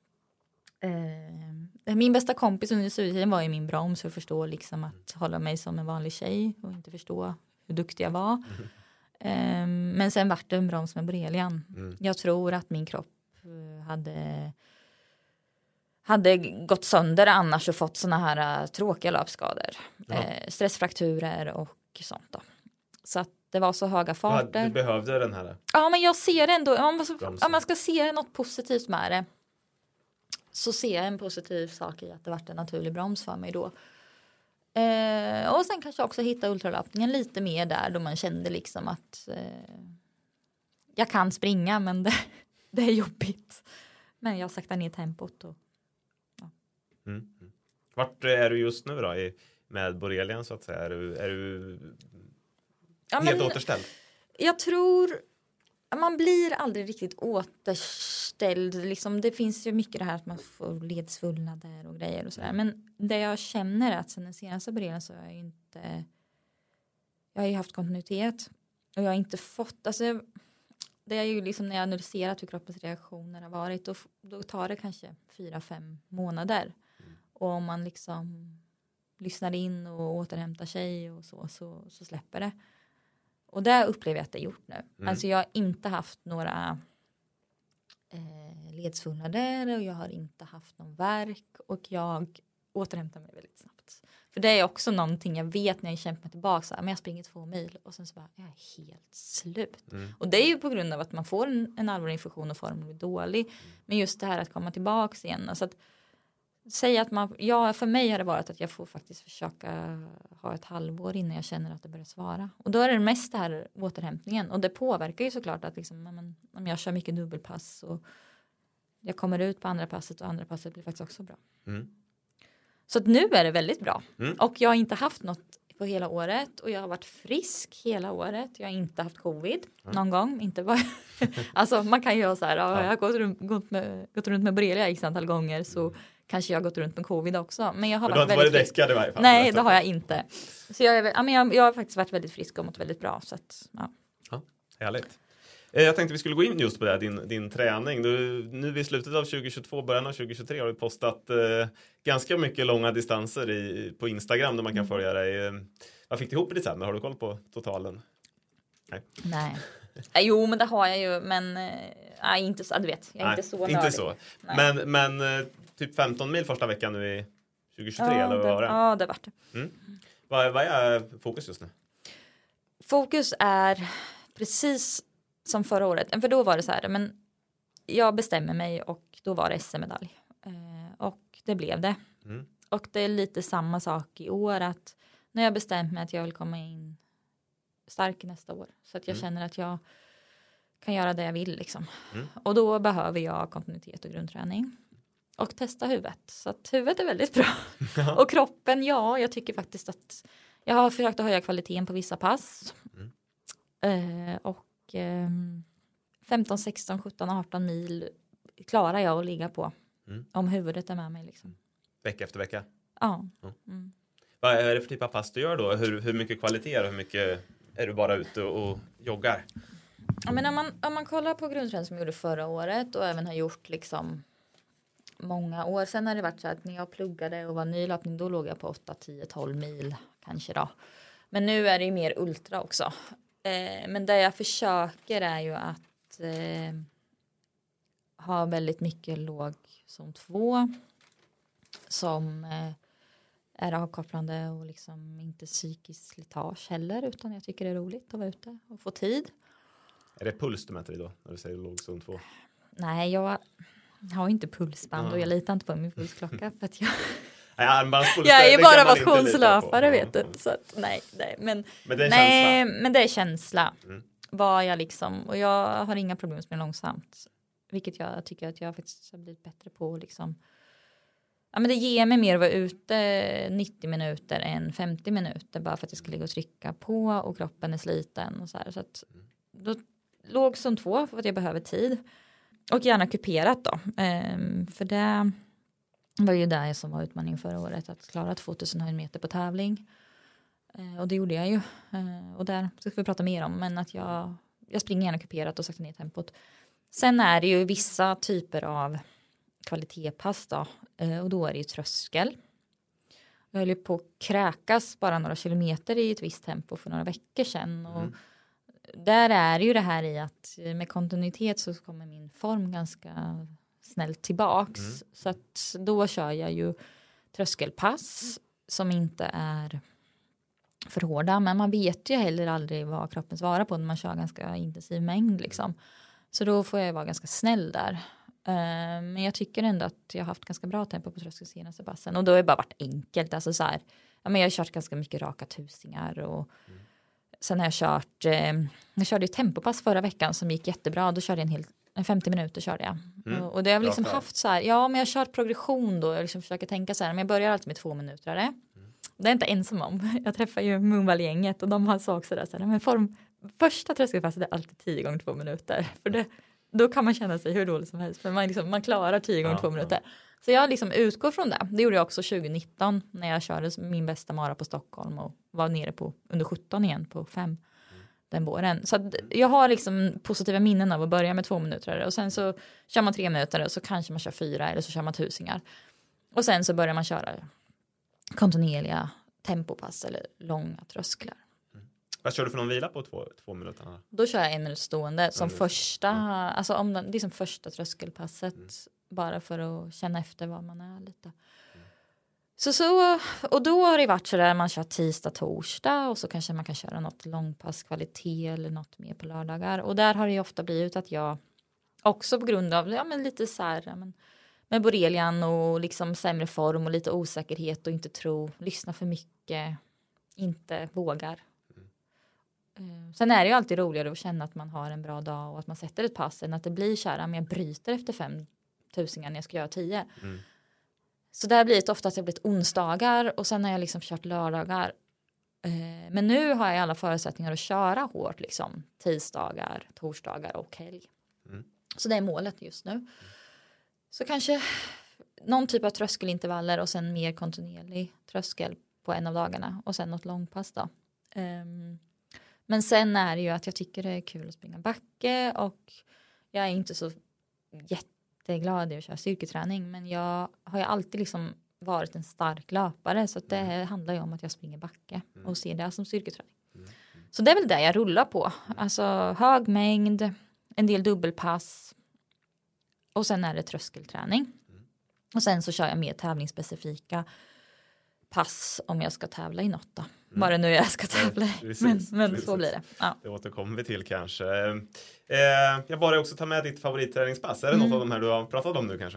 uh, min bästa kompis under studietiden var ju min broms för att förstå liksom att hålla mig som en vanlig tjej och inte förstå hur duktig jag var. Mm. Um, men sen vart det en broms med borrelian. Mm. Jag tror att min kropp uh, hade hade gått sönder annars och fått såna här uh, tråkiga löpskador. Ja. Uh, stressfrakturer och sånt då. Så att det var så höga farter. Ja, du behövde den här. Ja, men jag ser ändå, om man, så, om man ska se något positivt med det så ser jag en positiv sak i att det vart en naturlig broms för mig då. Eh, och sen kanske också hitta ultralöpningen lite mer där då man kände liksom att eh, jag kan springa men det, det är jobbigt. Men jag saktar ner tempot. Och, ja. mm. Vart är du just nu då i, med borrelian så att säga? Är du, är du ja, helt men, återställd? Jag tror man blir aldrig riktigt återställd. Liksom, det finns ju mycket det här att man får ledsvullnader och grejer och sådär. Men det jag känner är att sen den senaste borrelian så har jag inte... Jag har ju haft kontinuitet. Och jag har inte fått... Alltså, det är ju liksom när jag analyserat hur kroppens reaktioner har varit. Då, då tar det kanske fyra, fem månader. Mm. Och om man liksom lyssnar in och återhämtar sig och så, så, så släpper det. Och det upplever jag att det är gjort nu. Mm. Alltså jag har inte haft några eh, ledsvullnader och jag har inte haft någon värk och jag återhämtar mig väldigt snabbt. För det är också någonting jag vet när jag kämpar mig tillbaka. Så här, men jag springer två mil och sen så bara, jag är helt slut. Mm. Och det är ju på grund av att man får en, en allvarlig infektion och formen blir dålig. Mm. Men just det här att komma tillbaka igen. Alltså att säga att man, ja, för mig har det varit att jag får faktiskt försöka ha ett halvår innan jag känner att det börjar svara. Och då är det mest det här återhämtningen. Och det påverkar ju såklart att liksom, men, om jag kör mycket dubbelpass och jag kommer ut på andra passet och andra passet blir faktiskt också bra. Mm. Så att nu är det väldigt bra. Mm. Och jag har inte haft något på hela året och jag har varit frisk hela året. Jag har inte haft covid mm. någon gång. Inte bara alltså man kan ju ha så här, ja, jag har gått runt, gått med, gått runt med borrelia x antal gånger så mm. kanske jag har gått runt med covid också. Men jag har men varit du har väldigt varit däckad i varje fall. Nej, det har jag inte. Så jag, är, ja, men jag, jag har faktiskt varit väldigt frisk och mått väldigt bra. Så att, ja. Ja, härligt. Jag tänkte vi skulle gå in just på det här, din, din träning. Du, nu vid slutet av tjugohundratjugotvå, början av tjugohundratjugotre har du postat eh, ganska mycket långa distanser i, på Instagram där man kan mm. följa dig. Vad fick du ihop i december? Har du koll på totalen? Nej. Nej. Jo, men det har jag ju. Men äh, inte så, du vet, jag är Nej, inte så inte nördig. så. Men, men typ femton mil första veckan nu i tjugohundratjugotre, ja, eller vad det, var det? Ja, det var det. Mm. Vad, vad är fokus just nu? Fokus är precis som förra året. För då var det så här, men jag bestämmer mig och då var det S M-medalj. Eh, och det blev det. Mm. Och det är lite samma sak i år att när jag bestämt mig att jag vill komma in stark nästa år. Så att jag mm. känner att jag kan göra det jag vill liksom. Mm. Och då behöver jag kontinuitet och grundträning. Och testa huvudet. Så att huvudet är väldigt bra. Och kroppen, ja, jag tycker faktiskt att jag har försökt att höja kvaliteten på vissa pass. Mm. Eh, och eh, femton, sexton, sjutton, arton mil klarar jag att ligga på. Mm. Om huvudet är med mig liksom. Vecka efter vecka? Ja. Mm. Vad är det för typ av pass du gör då? Hur, hur mycket kvalitet och hur mycket är du bara ute och, och joggar? Ja, men om man, om man kollar på grundträning som jag gjorde förra året och även har gjort liksom många år. Sen har det varit så att när jag pluggade och var nylöpning då låg jag på åtta, tio, tolv mil kanske då. Men nu är det ju mer ultra också. Eh, men det jag försöker är ju att eh, ha väldigt mycket låg som två. Som eh, är avkopplande och liksom inte psykisk slitage heller. Utan jag tycker det är roligt att vara ute och få tid. Är det puls du mäter i då när du säger låg zon två? Nej, jag, Jag har inte pulsband och jag litar inte på min pulsklocka för att jag... Nej, jag är bara motionslöpare, vet du. Så att, nej, nej, men, men det är nej, känsla. men det är känsla. Mm. Vad jag liksom, och jag har inga problem med långsamt. Vilket jag tycker att jag faktiskt har blivit bättre på. Liksom. Ja, men det ger mig mer att vara ute nittio minuter än femtio minuter. Bara för att jag ska ligga och trycka på och kroppen är sliten. Och så här. Så att, då låg som två för att jag behöver tid. Och gärna kuperat då. Ehm, för det var ju där som var utmaningen förra året. Att klara tvåtusen meter på tävling. Ehm, och det gjorde jag ju. Ehm, och där ska vi prata mer om. Men att jag, jag springer gärna kuperat och sakta ner tempot. Sen är det ju vissa typer av kvalitetspass då. Ehm, och då är det ju tröskel. Jag höll ju på att kräkas bara några kilometer i ett visst tempo för några veckor sedan. Och Mm. där är ju det här i att med kontinuitet så kommer min form ganska snällt tillbaks. Mm. Så att då kör jag ju tröskelpass som inte är för hårda. Men man vet ju heller aldrig vad kroppen svarar på när man kör ganska intensiv mängd liksom. Så då får jag vara ganska snäll där. Men jag tycker ändå att jag har haft ganska bra tempo på tröskel senaste passen. Och då har det bara varit enkelt. Alltså så här, ja, men jag har kört ganska mycket raka tusingar och mm. Sen har jag kört, eh, jag körde ju tempopass förra veckan som gick jättebra. Då körde jag en hel, en femtio minuter körde jag. Mm. Och, och det har jag liksom haft så här, ja men jag har kört progression då. Jag liksom försöker tänka så här, men jag börjar alltid med två minuter. Mm. Det är inte ensam om. Jag träffar ju Moonvall-gänget och de har sagt sådär, så här, men form, första tröskelpasset är alltid tio gånger två minuter. För det, då kan man känna sig hur dåligt som helst. För man, liksom, man klarar tio gånger ja, två minuter. Ja. Så jag liksom utgår från det. Det gjorde jag också tjugonitton när jag körde min bästa mara på Stockholm och var nere på under sjutton igen på fem mm. den våren. Så att jag har liksom positiva minnen av att börja med två minuter och sen så kör man tre minuter och så kanske man kör fyra eller så kör man tusingar. Och sen så börjar man köra kontinuerliga tempopass eller långa trösklar. Mm. Vad kör du för någon vila på två, två minuter? Då kör jag en minut stående som mm. första, mm. alltså om den, liksom första tröskelpasset. Mm. Bara för att känna efter vad man är lite. Mm. Så, så, och då har det varit så där man kör tisdag, torsdag. Och så kanske man kan köra något långpass, kvalitet eller något mer på lördagar. Och där har det ju ofta blivit att jag också på grund av ja, men lite så här, ja, men, med borrelian och liksom sämre form och lite osäkerhet och inte tro, lyssna för mycket, inte vågar. Mm. Sen är det ju alltid roligare att känna att man har en bra dag och att man sätter ett pass än att det blir så här, men jag bryter efter fem tusingar när jag ska göra tio. Mm. Så det har blivit ofta att det har blivit onsdagar och sen har jag liksom kört lördagar. Eh, men nu har jag alla förutsättningar att köra hårt liksom. Tisdagar, torsdagar och helg. Mm. Så det är målet just nu. Mm. Så kanske någon typ av tröskelintervaller och sen mer kontinuerlig tröskel på en av dagarna. Och sen något långpass då. Um, men sen är det ju att jag tycker det är kul att springa backe och jag är inte så jätte Jag är glad i att köra styrketräning, men jag har ju alltid liksom varit en stark löpare så att det mm. handlar ju om att jag springer backe mm. och ser det som styrketräning. Mm. Mm. Så det är väl det jag rullar på. Alltså hög mängd, en del dubbelpass och sen är det tröskelträning. Mm. Och sen så kör jag mer tävlingsspecifika pass om jag ska tävla i något då. Mm. Bara nu jag ska tävla. Ja, precis, men men precis. Så blir det. Ja. Det återkommer vi till kanske. Eh, jag bara också ta med ditt favoritträningspass. Är det mm. något av de här du har pratat om nu kanske?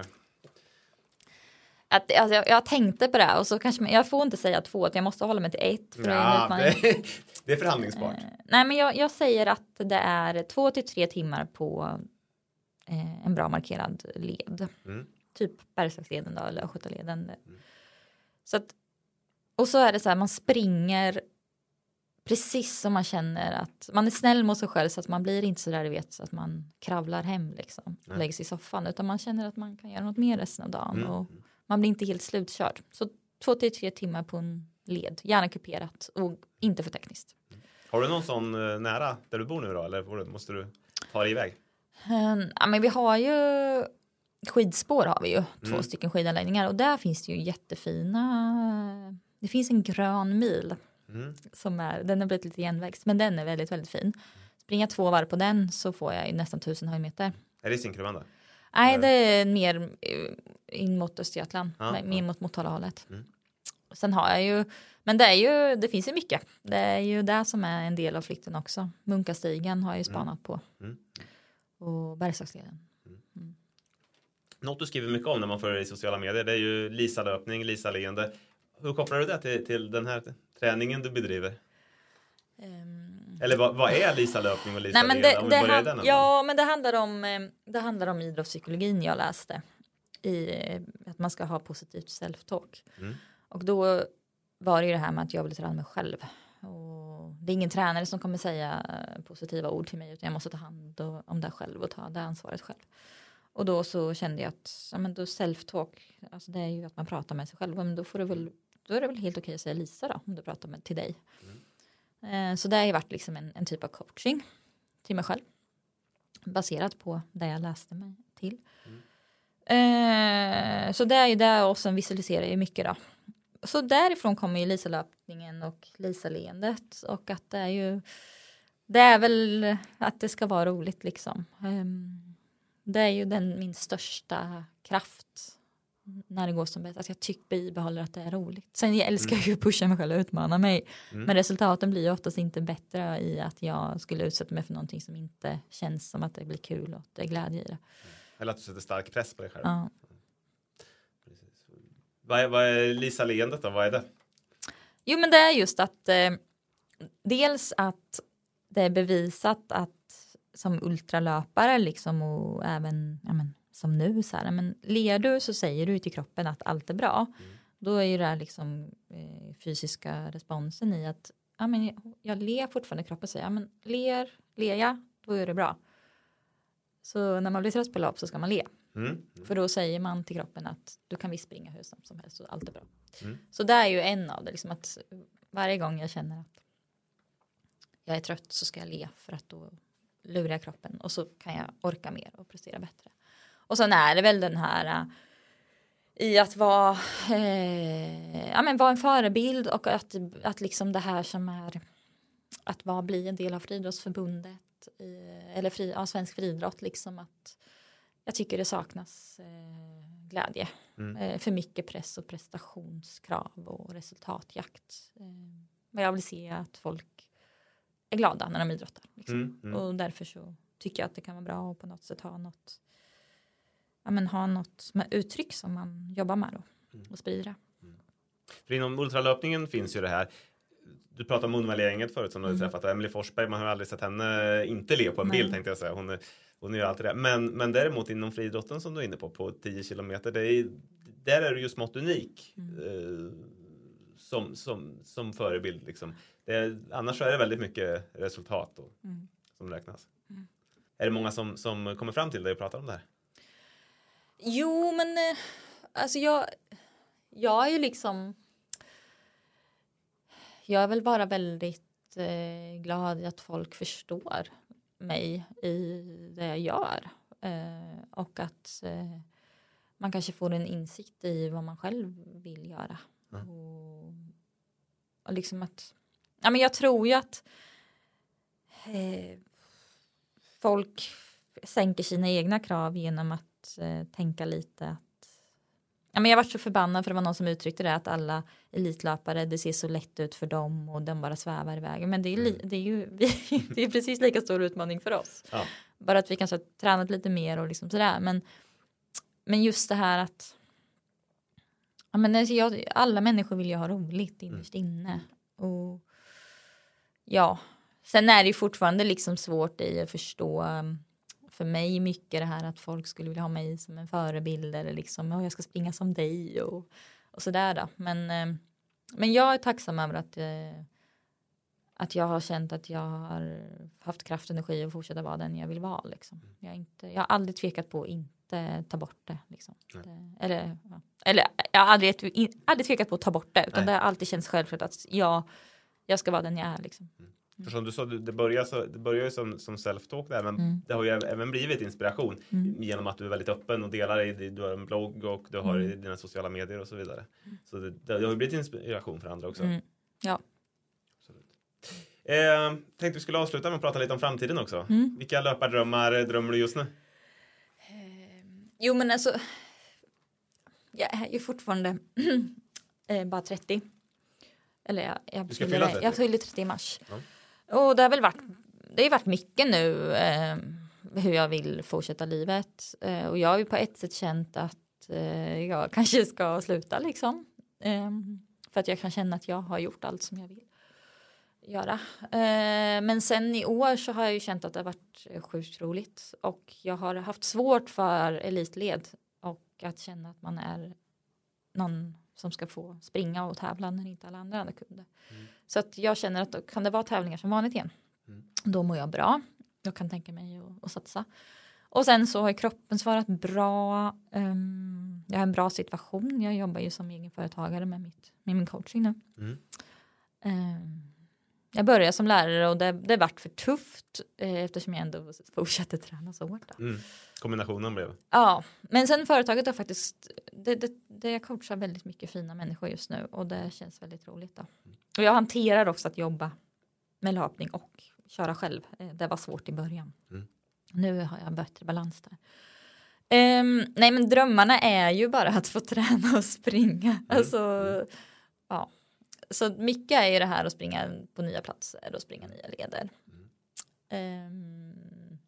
Att, alltså, jag, jag tänkte på det och så kanske jag får inte säga två, att jag måste hålla mig till ett. För ja, det, det är förhandlingsbart. Eh, nej men jag, jag säger att det är två till tre timmar på eh, en bra markerad led. Mm. Typ Bergslagsleden då, eller Östgötaleden. Mm. Så att och så är det så här, man springer precis som man känner att man är snäll mot sig själv så att man blir inte så där, du vet, så att man kravlar hem liksom och läggs i soffan, utan man känner att man kan göra något mer resten av dagen mm. och man blir inte helt slutkörd. Så två till tre timmar på en led, gärna kuperat och inte för tekniskt. Mm. Har du någon sån uh, nära där du bor nu då, eller måste du ta dig iväg? Um, ja, men vi har ju skidspår har vi ju, mm. två stycken skidanläggningar och där finns det ju jättefina. Det finns en grön mil mm. som är, den har blivit lite igenväxt, men den är väldigt, väldigt fin. Springa två varv på den så får jag nästan tusen höjdmeter. Är det Zinkgruvan? Nej, det är mer in mot Östergötland, ja, mer ja. mot Motala-hållet. Mm. Sen har jag ju, men det är ju, det finns ju mycket. Det är ju det som är en del av flytten också. Munkastigen har jag ju spanat mm. på. Mm. Och Bergslagsleden. Mm. Något du skriver mycket om när man följer dig i sociala medier, det är ju Lisa-löpning, Lisa-leende. Hur kopplar du det till, till den här träningen du bedriver? Um... Eller vad, vad är Lisa-löpning och Lisa-leende? Nej, men det, det ha- den ja, men det handlar om, det handlar om idrottspsykologin jag läste. I att man ska ha positivt self-talk. Mm. Och då var det ju det här med att jag ville träna mig själv. Och det är ingen tränare som kommer säga positiva ord till mig, utan jag måste ta hand om det själv och ta det ansvaret själv. Och då så kände jag att ja, men då self-talk, alltså det är ju att man pratar med sig själv. Men då, får du väl, då är det väl helt okej att säga Lisa då, om du pratar med till dig. Mm. Eh, så det har ju varit liksom en, en typ av coaching till mig själv. Baserat på det jag läste mig till. Mm. Eh, så det är ju det, och sen visualiserar jag mycket då. Så därifrån kommer ju Lisa-löpningen och Lisa-leendet. Och att det är ju, det är väl att det ska vara roligt liksom. Um, det är ju den, min största kraft när det går som bäst. Att jag tycker bibehåller att det är roligt. Sen jag älskar mm. ju att pusha mig själv och utmana mig. Mm. Men resultaten blir ju oftast inte bättre i att jag skulle utsätta mig för någonting som inte känns som att det blir kul och det är glädje i det. Eller att du sätter stark press på dig själv. Ja. Precis. Vad är, vad är Lisa-leendet då? Vad är det? Jo, men det är just att eh, dels att det är bevisat att som ultralöpare liksom, och även ja, men, som nu så här, men ler du så säger du till kroppen att allt är bra. Mm. Då är ju det här liksom eh, fysiska responsen i att ja, men jag, jag ler fortfarande, kroppen säger ja, men ler, ler jag, då är det bra. Så när man blir trött på lopp så ska man le. Mm. Mm. För då säger man till kroppen att du kan visst springa hur snabbt som helst och allt är bra. Mm. Så det är ju en av det. Liksom att varje gång jag känner att jag är trött så ska jag le, för att då lurar jag kroppen. Och så kan jag orka mer och prestera bättre. Och sen är det väl den här uh, i att vara, eh, ja, men vara en förebild. Och att, att liksom det här som är att vara, bli en del av Friidrottsförbundet. Eller fri, ja, svensk friidrott liksom, att jag tycker det saknas eh, glädje mm. eh, för mycket press och prestationskrav och resultatjakt eh, men jag vill se att folk är glada när de idrottar liksom. mm, mm. Och därför så tycker jag att det kan vara bra att på något sätt ha något ja, men ha något med uttryck som man jobbar med då mm. och sprida mm. För inom ultralöpningen finns ju det här. Du pratade om Moonvalley-gänget förut som du hade mm. träffat. Emily Forsberg, man har aldrig sett henne inte le på en Nej. bild, tänkte jag säga. Hon är, hon är ju alltid det. Men, men däremot inom friidrotten som du är inne på, på tio kilometer, det är, där är du ju smått unik mm. eh, som, som, som förebild. Liksom. Det är, annars så är det väldigt mycket resultat och, mm. som räknas. Mm. Är det många som, som kommer fram till dig och pratar om det här? Jo, men alltså jag, jag är ju liksom... Jag är väl bara väldigt eh, glad att folk förstår mig i det jag gör. Eh, och att eh, man kanske får en insikt i vad man själv vill göra. Mm. Och, och liksom att... Ja, men jag tror ju att eh, folk sänker sina egna krav genom att eh, tänka lite att ja, men jag var så förbannad för det var någon som uttryckte det att alla elitlöpare, det ser så lätt ut för dem och de bara svävar iväg. Men det är, li- det är ju det är precis lika stor utmaning för oss. Ja. Bara att vi kanske har tränat lite mer och liksom sådär. Men, men just det här att ja, men jag, alla människor vill ju ha roligt innerst inne. Och ja, sen är det ju fortfarande liksom svårt i att förstå för mig mycket det här att folk skulle vilja ha mig som en förebild eller liksom, oh, jag ska springa som dig och, och sådär då. Men, eh, men jag är tacksam över att, eh, att jag har känt att jag har haft kraft och energi att fortsätta vara den jag vill vara. Liksom. Jag, är inte, jag har aldrig tvekat på att inte ta bort det. Liksom. det eller, ja. eller jag har aldrig, in, aldrig tvekat på att ta bort det, utan Nej. Det har alltid känts självklart att jag, jag ska vara den jag är. Liksom. Mm. För som du sa, det börjar, så, det börjar ju som, som self-talk där, men mm. det har ju även blivit inspiration mm. genom att du är väldigt öppen och delar i, du har en blogg och du har mm. i dina sociala medier och så vidare. Mm. Så det, det har ju blivit inspiration för andra också. Mm. Ja. Absolut. Eh, tänkte vi skulle avsluta med att prata lite om framtiden också. Mm. Vilka löpardrömmar drömmer du just nu? Eh, jo men alltså, jag är ju fortfarande eh, bara trettio. Eller jag, jag, fyller, jag fyller trettio i mars. Ja. Och det har väl varit, det har varit mycket nu. Eh, hur jag vill fortsätta livet. Eh, och jag har ju på ett sätt känt att eh, jag kanske ska sluta liksom. Eh, för att jag kan känna att jag har gjort allt som jag vill göra. Eh, men sen i år så har jag ju känt att det har varit sjukt roligt. Och jag har haft svårt för elitled. Och att känna att man är någon som ska få springa och tävla när inte alla andra kunde. Mm. Så att jag känner att då kan det vara tävlingar som vanligt igen. Mm. Då mår jag bra. Jag kan tänka mig att, att satsa. Och sen så har kroppen svarat bra. Um, jag har en bra situation. Jag jobbar ju som egenföretagare med, mitt, med min coaching nu. Mm. Um, jag började som lärare och det, det vart för tufft eh, eftersom jag ändå fortsatte träna så hårt. Mm. Kombinationen blev. Ja, men sen företaget har faktiskt, det, det, det jag coachar väldigt mycket fina människor just nu och det känns väldigt roligt då. Och jag hanterar också att jobba med löpning och köra själv. Det var svårt i början. Mm. Nu har jag bättre balans där. Um, nej men drömmarna är ju bara att få träna och springa. Mm. Alltså, mm. ja. Så mycket är ju det här att springa på nya platser och springa nya leder. Mm. Um,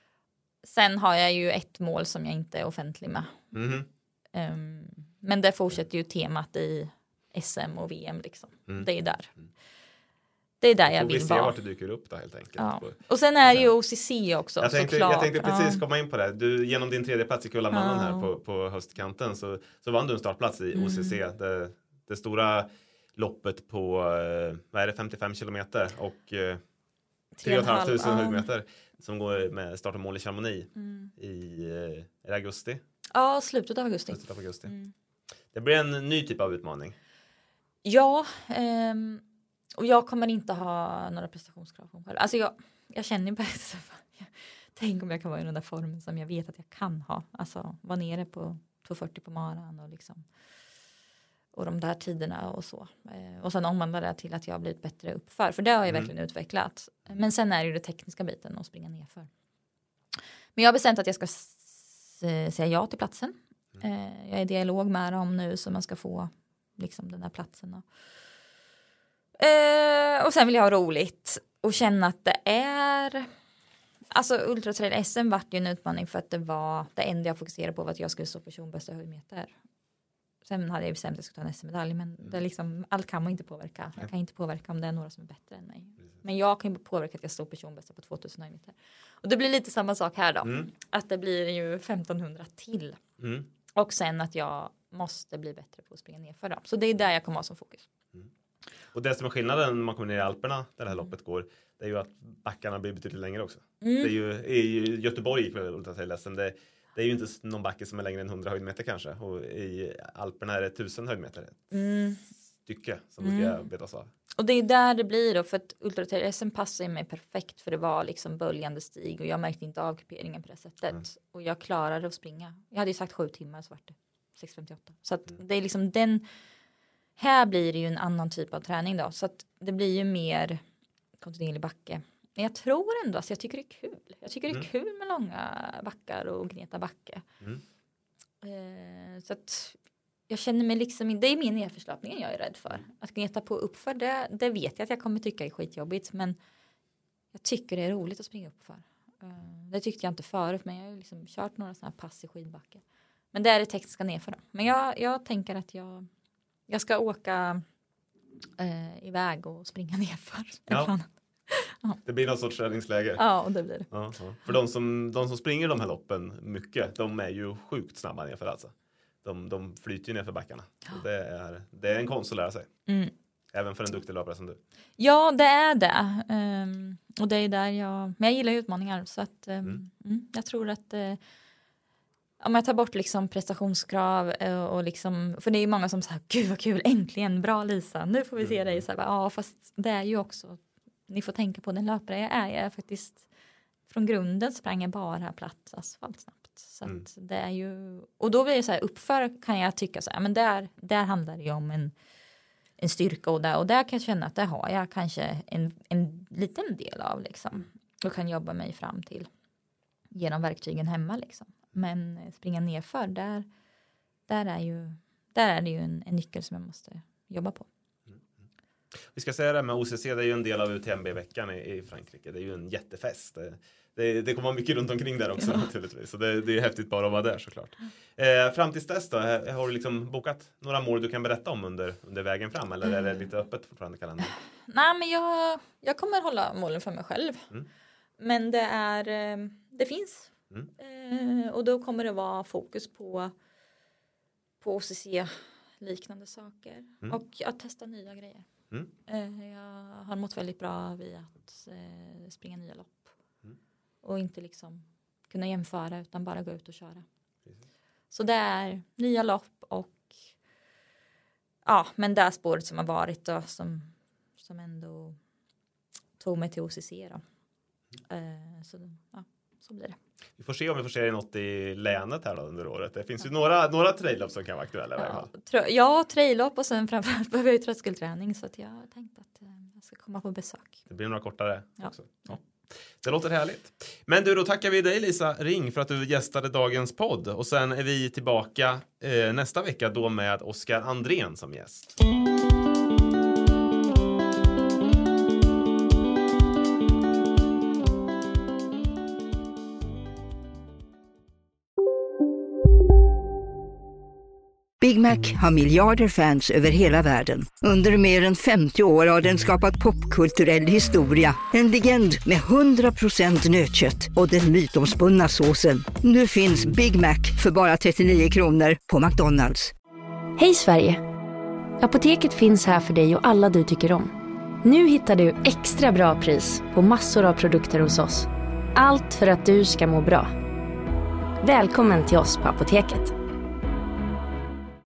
sen har jag ju ett mål som jag inte är offentlig med. Mm. Um, men det fortsätter ju temat i S M och V M liksom. Mm. Det är där. Mm. Det är där jag vill vara. Vi ser vart det dyker upp då helt enkelt. Ja. Och sen är det ju O C C också. Jag tänkte, såklart. jag tänkte precis ja. komma in på det. Du, genom din tredje plats i Kullamannen ja. här på, på höstkanten så, så vann du en startplats i mm. O C C. Det, det stora loppet på vad är det, femtiofem kilometer och eh, tre och ett halvt tusen högmeter som går med start och mål i Chamonix mm. i eh, augusti. Ja, slutet av augusti. Slutet av augusti. Mm. Det blir en ny typ av utmaning. Ja, ehm, och jag kommer inte ha några prestationskrav på mig själv. Alltså jag, jag känner bara tänk om jag kan vara i den där formen som jag vet att jag kan ha. Alltså vara nere på två fyrtio på maran och liksom och de där tiderna och så. Eh, och sen omvandla det till att jag har blivit bättre uppför. För det har jag mm. verkligen utvecklat. Men sen är det ju det tekniska biten att springa ner för. Men jag har bestämt att jag ska s- säga ja till platsen. Mm. Eh, jag är i dialog med dem nu så man ska få liksom den där platsen. Och, eh, och sen vill jag ha roligt. Och känna att det är... Alltså Ultra Trail S M vart ju en utmaning för att det var det enda jag fokuserade på var att jag skulle stå personbästa höjdmeter. Sen hade jag bestämt att jag skulle ta en S M-medalj. Men mm. det är liksom, allt kan man inte påverka. Jag kan inte påverka om det är några som är bättre än mig. Mm. Men jag kan ju påverka att jag står personbästa på tvåtusen höjdmeter. Och det blir lite samma sak här då. Mm. Att det blir ju femtonhundra till. Mm. Och sen att jag måste bli bättre på att springa nerför dem. Så det är där jag kommer ha som fokus. Mm. Och det som är skillnaden när man kommer ner i Alperna där det här loppet går. Det är ju att backarna blir betydligt längre också. Mm. Det är ju i Göteborg för Ultra Trail S M. Det Det är ju inte någon backe som är längre än hundra höjdmeter kanske. Och i Alperna är det tusen höjdmeter. Mm. Stycke som mm. ska betas av. Och det är där det blir då. För att Ultra Trail S M passar mig perfekt. För det var liksom böljande stig. Och jag märkte inte av kuperingen på det sättet. Mm. Och jag klarade att springa. Jag hade ju sagt sju timmar så var det sex femtioåtta. Så att mm. det är liksom den... Här blir det ju en annan typ av träning då. Så att det blir ju mer kontinuerlig backe. Men jag tror ändå att jag tycker det är kul. Jag tycker mm. det är kul med långa backar och gneta backe. Mm. Eh, så att jag känner mig liksom... Det är min nedförslapning jag är rädd för. Att gneta på uppför, det, det vet jag att jag kommer tycka är skitjobbigt. Men jag tycker det är roligt att springa uppför. Eh, det tyckte jag inte förut. Men jag har ju liksom kört några sådana här pass i skidbacke. Men det är det tekniska nedför då. Men jag, jag tänker att jag, jag ska åka eh, iväg och springa nerför. Ja. Det blir någon sorts räddningsläge. Ja, och det blir det. Ja, ja. För de som, de som springer de här loppen mycket, de är ju sjukt snabba nerför alltså. De, de flyter ju nerför backarna. Ja. Det, är, det är en konst att lära sig. Mm. Även för en duktig löpare som du. Ja, det är det. Um, och det är där jag... Men jag gillar utmaningar. Så att um, mm. Mm, jag tror att... Uh, om jag tar bort liksom prestationskrav uh, och liksom... För det är ju många som säger, gud vad kul, äntligen, bra Lisa. Nu får vi mm. se dig. Så här, ja, fast det är ju också... Ni får tänka på den löpare jag är. Jag är faktiskt från grunden sprang jag bara platt asfalt snabbt. Så mm. att det är ju... Och då blir det så här, uppför kan jag tycka så här, men där, där handlar det ju om en, en styrka och där, och där kan jag känna att det har jag kanske en, en liten del av liksom. Och kan jobba mig fram till genom verktygen hemma liksom. Men springa nerför, där, där är ju där är det ju en, en nyckel som jag måste jobba på. Vi ska säga det med O C C, det är ju en del av U T M B-veckan i, i Frankrike. Det är ju en jättefest. Det, det, det kommer vara mycket runt omkring där också, ja. Naturligtvis. Så det, det är häftigt bara att vara där, såklart. Eh, fram tills dess då, har du liksom bokat några mål du kan berätta om under, under vägen fram? Eller är det lite öppet fortfarande kalender? Nej, men jag, jag kommer hålla målen för mig själv. Mm. Men det är, det finns. Mm. Eh, och då kommer det vara fokus på, på O C C-liknande saker. Mm. Och att testa nya grejer. Mm. Eh, jag har mått väldigt bra vid att eh, springa nya lopp. Mm. Och inte liksom kunna jämföra utan bara gå ut och köra. Precis. Så det är nya lopp och ja, men det spåret som har varit då, som, som ändå tog mig till O C C då. Mm. Eh, så ja, så blir det. Vi får se om vi får se något i länet här då under året. Det finns ju några, några trail-lopp som kan vara aktuella. Ja, tra- ja trail-lopp och sen framförallt behöver jag ju tröskelträning, så att jag har tänkt att eh, jag ska komma på besök. Det blir några kortare ja. också. Ja. Det låter härligt. Men du, då tackar vi dig Lisa Ring för att du gästade dagens podd. Och sen är vi tillbaka eh, nästa vecka då med Oskar Andrén som gäst. Big Mac har miljarder fans över hela världen. Under mer än femtio år har den skapat popkulturell historia. En legend med hundra procent nötkött och den mytomspunna såsen. Nu finns Big Mac för bara trettionio kronor på McDonalds. Hej Sverige! Apoteket finns här för dig och alla du tycker om. Nu hittar du extra bra pris på massor av produkter hos oss. Allt för att du ska må bra. Välkommen till oss på Apoteket.